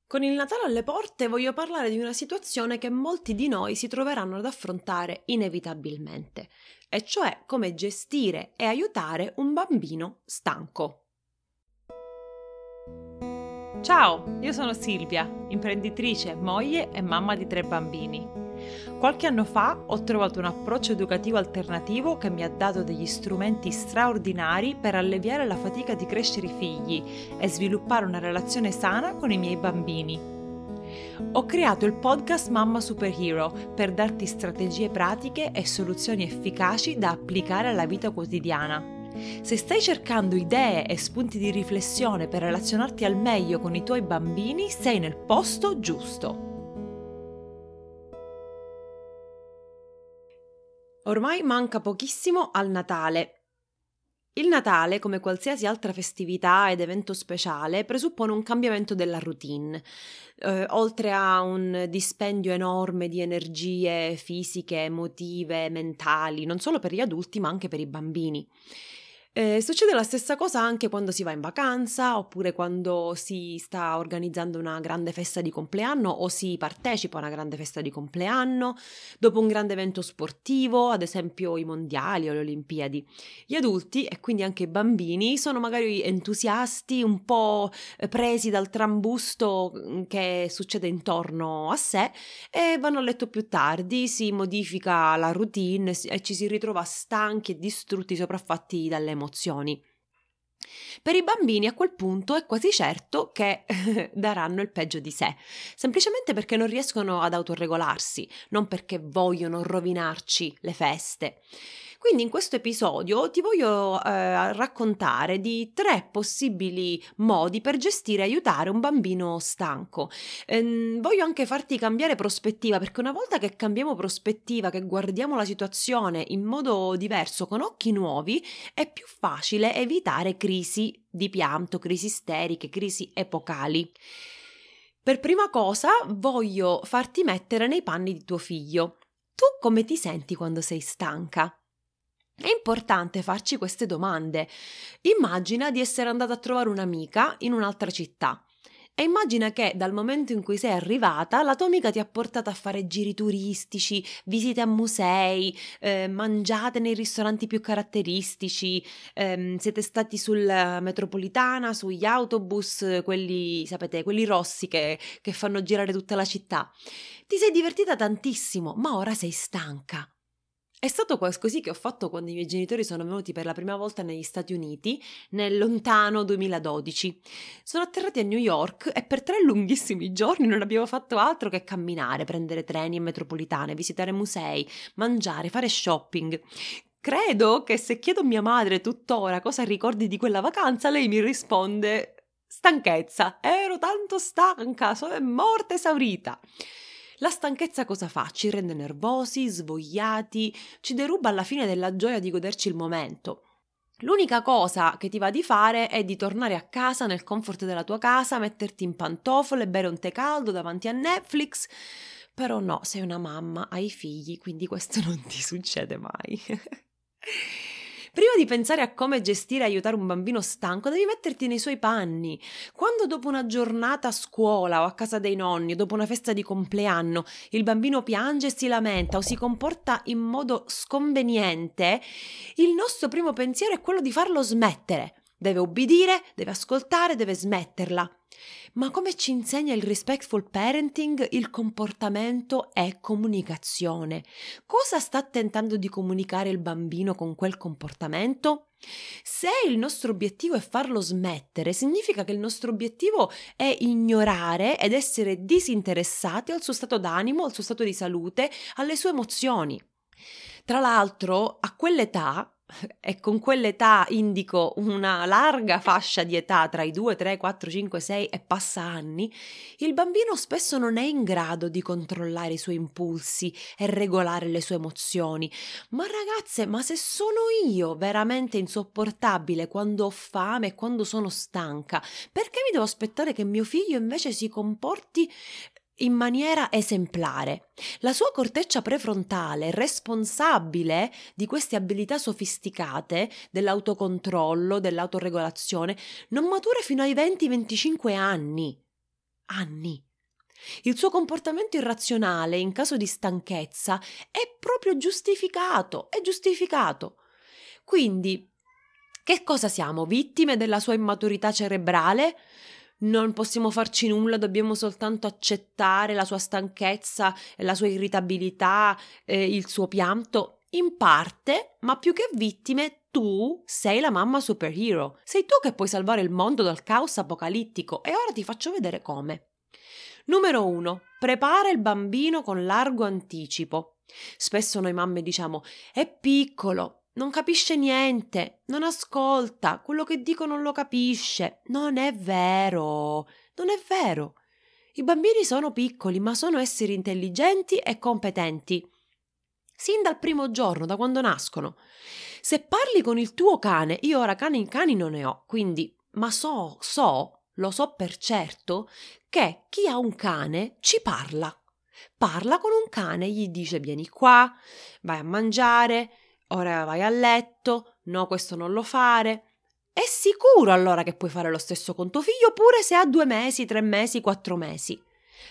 Con il Natale alle porte voglio parlare di una situazione che molti di noi si troveranno ad affrontare inevitabilmente, e cioè come gestire e aiutare un bambino stanco. Ciao, io sono Silvia, imprenditrice, moglie e mamma di 3 bambini. Qualche anno fa ho trovato un approccio educativo alternativo che mi ha dato degli strumenti straordinari per alleviare la fatica di crescere i figli e sviluppare una relazione sana con i miei bambini. Ho creato il podcast Mamma Superhero per darti strategie pratiche e soluzioni efficaci da applicare alla vita quotidiana. Se stai cercando idee e spunti di riflessione per relazionarti al meglio con i tuoi bambini, sei nel posto giusto. Ormai manca pochissimo al Natale. Il Natale, come qualsiasi altra festività ed evento speciale, presuppone un cambiamento della routine, oltre a un dispendio enorme di energie fisiche, emotive, mentali, non solo per gli adulti ma anche per i bambini. Succede la stessa cosa anche quando si va in vacanza, oppure quando si sta organizzando una grande festa di compleanno o si partecipa a una grande festa di compleanno, dopo un grande evento sportivo, ad esempio i mondiali o le Olimpiadi. Gli adulti, e quindi anche i bambini, sono magari entusiasti, un po' presi dal trambusto che succede intorno a sé e vanno a letto più tardi, si modifica la routine e ci si ritrova stanchi e distrutti, sopraffatti dalle emozioni. Per i bambini a quel punto è quasi certo che daranno il peggio di sé, semplicemente perché non riescono ad autoregolarsi, non perché vogliono rovinarci le feste. Quindi in questo episodio ti voglio raccontare di 3 possibili modi per gestire e aiutare un bambino stanco. Voglio anche farti cambiare prospettiva, perché una volta che cambiamo prospettiva, che guardiamo la situazione in modo diverso, con occhi nuovi, è più facile evitare crisi di pianto, crisi isteriche, crisi epocali. Per prima cosa voglio farti mettere nei panni di tuo figlio. Tu come ti senti quando sei stanca? È importante farci queste domande. Immagina di essere andata a trovare un'amica in un'altra città e immagina che dal momento in cui sei arrivata la tua amica ti ha portato a fare giri turistici, visite a musei, mangiate nei ristoranti più caratteristici, siete stati sulla metropolitana, sugli autobus, quelli, sapete, quelli rossi che fanno girare tutta la città. Ti sei divertita tantissimo, ma ora sei stanca. È stato così che ho fatto quando i miei genitori sono venuti per la prima volta negli Stati Uniti nel lontano 2012. Sono atterrati a New York e per 3 lunghissimi giorni non abbiamo fatto altro che camminare, prendere treni e metropolitane, visitare musei, mangiare, fare shopping. Credo che se chiedo a mia madre tuttora cosa ricordi di quella vacanza, lei mi risponde: stanchezza, ero tanto stanca, sono morta esaurita. La stanchezza cosa fa? Ci rende nervosi, svogliati, ci deruba alla fine della gioia di goderci il momento. L'unica cosa che ti va di fare è di tornare a casa nel comfort della tua casa, metterti in pantofole, bere un tè caldo davanti a Netflix. Però no, sei una mamma, hai figli, quindi questo non ti succede mai. Prima di pensare a come gestire e aiutare un bambino stanco, devi metterti nei suoi panni. Quando dopo una giornata a scuola o a casa dei nonni, o dopo una festa di compleanno, il bambino piange e si lamenta o si comporta in modo sconveniente, il nostro primo pensiero è quello di farlo smettere. Deve obbedire, deve ascoltare, deve smetterla. Ma come ci insegna il respectful parenting, il comportamento è comunicazione. Cosa sta tentando di comunicare il bambino con quel comportamento? Se il nostro obiettivo è farlo smettere, significa che il nostro obiettivo è ignorare ed essere disinteressati al suo stato d'animo, al suo stato di salute, alle sue emozioni. Tra l'altro, a quell'età, e con quell'età indico una larga fascia di età tra i 2, 3, 4, 5, 6 e passa anni, il bambino spesso non è in grado di controllare i suoi impulsi e regolare le sue emozioni. Ma ragazze, ma se sono io veramente insopportabile quando ho fame e quando sono stanca, perché mi devo aspettare che mio figlio invece si comporti in maniera esemplare? La sua corteccia prefrontale, responsabile di queste abilità sofisticate dell'autocontrollo, dell'autoregolazione, non matura fino ai 20-25 anni. anni. Il suo comportamento irrazionale in caso di stanchezza è proprio giustificato, è giustificato. Quindi, che cosa siamo? Vittime della sua immaturità cerebrale? Non possiamo farci nulla, dobbiamo soltanto accettare la sua stanchezza, la sua irritabilità, il suo pianto? In parte, ma più che vittime, tu sei la mamma superhero. Sei tu che puoi salvare il mondo dal caos apocalittico e ora ti faccio vedere come. Numero 1. Prepara il bambino con largo anticipo. Spesso noi mamme diciamo: è piccolo, non capisce niente, non ascolta, quello che dico non lo capisce. Non è vero, non è vero. I bambini sono piccoli, ma sono esseri intelligenti e competenti. Sin dal primo giorno, da quando nascono. Se parli con il tuo cane, io ora cani non ne ho, quindi, ma lo so per certo, che chi ha un cane ci parla. Parla con un cane, gli dice: vieni qua, vai a mangiare, ora vai a letto, no, questo non lo fare. È sicuro allora che puoi fare lo stesso con tuo figlio pure se ha 2 mesi, 3 mesi, 4 mesi.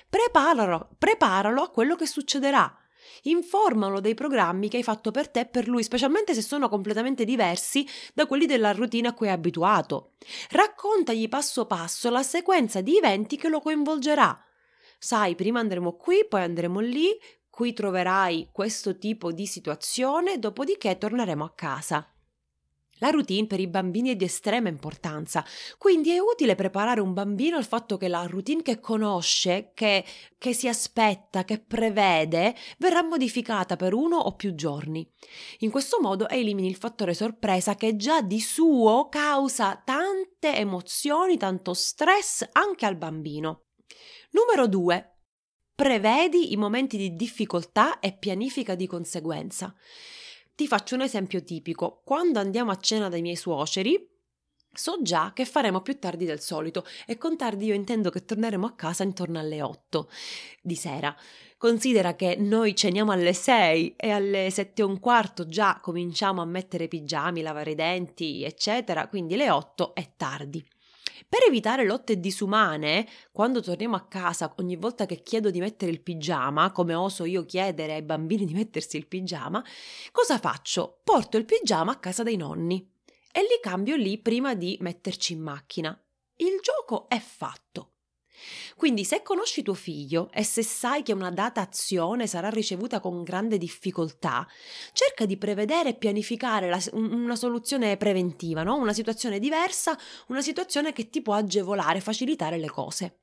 Preparalo a quello che succederà. Informalo dei programmi che hai fatto per te e per lui, specialmente se sono completamente diversi da quelli della routine a cui è abituato. Raccontagli passo passo la sequenza di eventi che lo coinvolgerà. Sai, prima andremo qui, poi andremo lì, qui troverai questo tipo di situazione, dopodiché torneremo a casa. La routine per i bambini è di estrema importanza, quindi è utile preparare un bambino al fatto che la routine che conosce, che si aspetta, che prevede, verrà modificata per 1 o più giorni. In questo modo elimini il fattore sorpresa che già di suo causa tante emozioni, tanto stress anche al bambino. Numero 2. Prevedi i momenti di difficoltà e pianifica di conseguenza. Ti faccio un esempio tipico. Quando andiamo a cena dai miei suoceri, so già che faremo più tardi del solito e con tardi io intendo che torneremo a casa intorno alle 8 di sera. Considera che noi ceniamo alle 6 e alle 7:15 già cominciamo a mettere pigiami, lavare i denti, eccetera, quindi le 8 è tardi. Per evitare lotte disumane, quando torniamo a casa, ogni volta che chiedo di mettere il pigiama, come oso io chiedere ai bambini di mettersi il pigiama, cosa faccio? Porto il pigiama a casa dei nonni e li cambio lì prima di metterci in macchina. Il gioco è fatto. Quindi se conosci tuo figlio e se sai che una data azione sarà ricevuta con grande difficoltà, cerca di prevedere e pianificare una soluzione preventiva, no? Una situazione diversa, una situazione che ti può agevolare, facilitare le cose.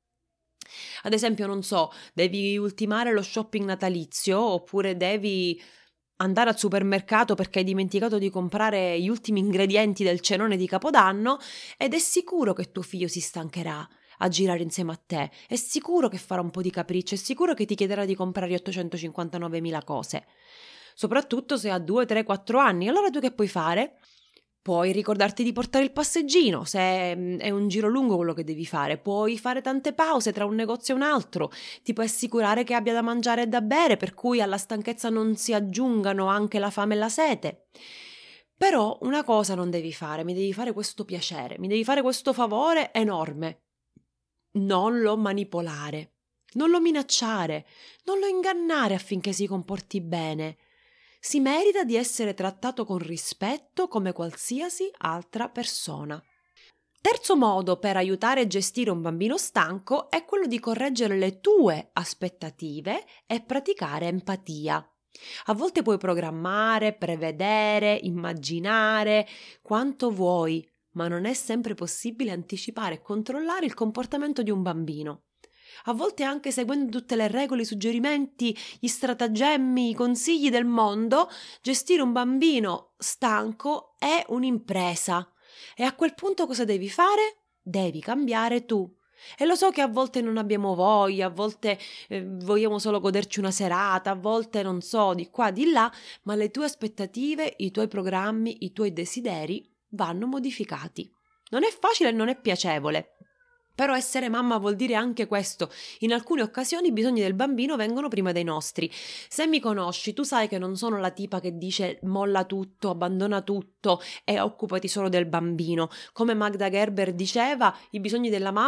Ad esempio, non so, devi ultimare lo shopping natalizio oppure devi andare al supermercato perché hai dimenticato di comprare gli ultimi ingredienti del cenone di Capodanno ed è sicuro che tuo figlio si stancherà a girare insieme a te, è sicuro che farà un po' di capriccio, è sicuro che ti chiederà di comprare 859.000 cose, soprattutto se ha 2, 3, 4 anni. Allora tu che puoi fare? Puoi ricordarti di portare il passeggino, se è un giro lungo quello che devi fare, puoi fare tante pause tra un negozio e un altro, ti puoi assicurare che abbia da mangiare e da bere, per cui alla stanchezza non si aggiungano anche la fame e la sete. Però una cosa non devi fare, mi devi fare questo piacere, mi devi fare questo favore enorme. Non lo manipolare, non lo minacciare, non lo ingannare affinché si comporti bene. Si merita di essere trattato con rispetto come qualsiasi altra persona. Terzo modo per aiutare a gestire un bambino stanco è quello di correggere le tue aspettative e praticare empatia. A volte puoi programmare, prevedere, immaginare quanto vuoi, ma non è sempre possibile anticipare e controllare il comportamento di un bambino. A volte anche seguendo tutte le regole, i suggerimenti, gli stratagemmi, i consigli del mondo, gestire un bambino stanco è un'impresa. E a quel punto cosa devi fare? Devi cambiare tu. E lo so che a volte non abbiamo voglia, a volte vogliamo solo goderci una serata, a volte non so, di qua, di là, ma le tue aspettative, i tuoi programmi, i tuoi desideri vanno modificati. Non è facile e non è piacevole. Però essere mamma vuol dire anche questo. In alcune occasioni i bisogni del bambino vengono prima dei nostri. Se mi conosci, tu sai che non sono la tipa che dice molla tutto, abbandona tutto e occupati solo del bambino. Come Magda Gerber diceva, i bisogni della mamma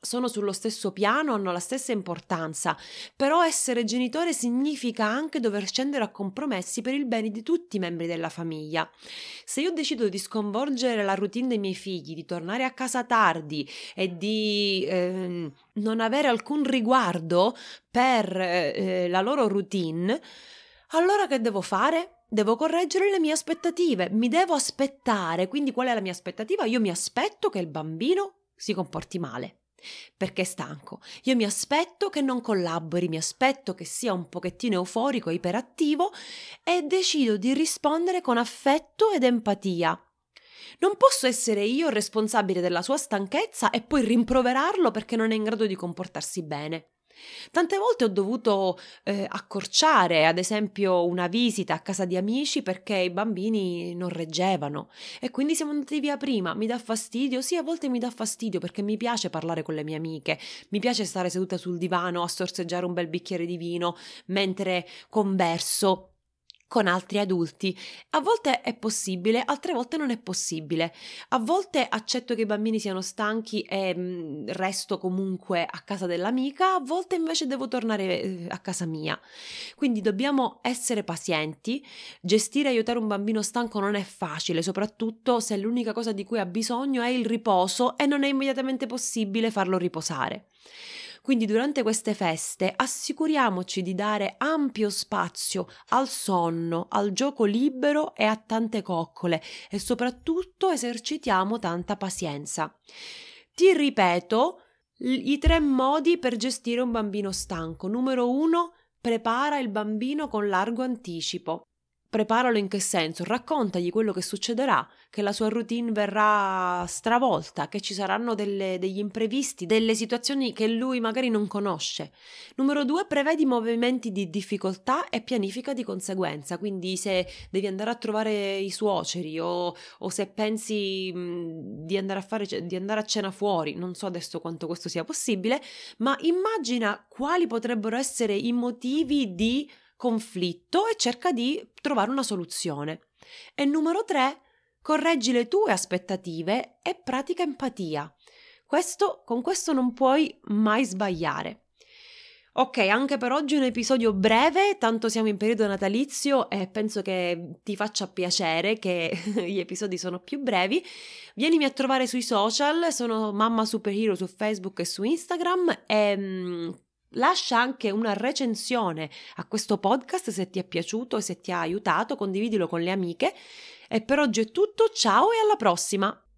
sono sullo stesso piano, hanno la stessa importanza, però essere genitore significa anche dover scendere a compromessi per il bene di tutti i membri della famiglia. Se io decido di sconvolgere la routine dei miei figli, di tornare a casa tardi e di non avere alcun riguardo per la loro routine, allora che devo fare? Devo correggere le mie aspettative, mi devo aspettare. Quindi qual è la mia aspettativa? Io mi aspetto che il bambino si comporti male perché è stanco. Io mi aspetto che non collabori, mi aspetto che sia un pochettino euforico e iperattivo e decido di rispondere con affetto ed empatia. Non posso essere io responsabile della sua stanchezza e poi rimproverarlo perché non è in grado di comportarsi bene. Tante volte ho dovuto accorciare, ad esempio, una visita a casa di amici perché i bambini non reggevano e quindi siamo andati via prima. Mi dà fastidio? Sì, a volte mi dà fastidio perché mi piace parlare con le mie amiche, mi piace stare seduta sul divano a sorseggiare un bel bicchiere di vino mentre converso con altri adulti. A volte è possibile, altre volte non è possibile. A volte accetto che i bambini siano stanchi e resto comunque a casa dell'amica, a volte invece devo tornare a casa mia. Quindi dobbiamo essere pazienti. Gestire e aiutare un bambino stanco non è facile, soprattutto se l'unica cosa di cui ha bisogno è il riposo e non è immediatamente possibile farlo riposare. Quindi durante queste feste assicuriamoci di dare ampio spazio al sonno, al gioco libero e a tante coccole e soprattutto esercitiamo tanta pazienza. Ti ripeto i 3 modi per gestire un bambino stanco. Numero 1, prepara il bambino con largo anticipo. Preparalo in che senso? Raccontagli quello che succederà, che la sua routine verrà stravolta, che ci saranno degli imprevisti, delle situazioni che lui magari non conosce. Numero 2, prevedi movimenti di difficoltà e pianifica di conseguenza, quindi se devi andare a trovare i suoceri o se pensi di andare a cena fuori, non so adesso quanto questo sia possibile, ma immagina quali potrebbero essere i motivi di conflitto e cerca di trovare una soluzione. E numero 3, correggi le tue aspettative e pratica empatia. Con questo non puoi mai sbagliare. Ok, anche per oggi un episodio breve, tanto siamo in periodo natalizio e penso che ti faccia piacere che gli episodi sono più brevi. Vienimi a trovare sui social, sono Mamma Superhero su Facebook e su Instagram e lascia anche una recensione a questo podcast se ti è piaciuto e se ti ha aiutato, condividilo con le amiche. E per oggi è tutto, ciao e alla prossima!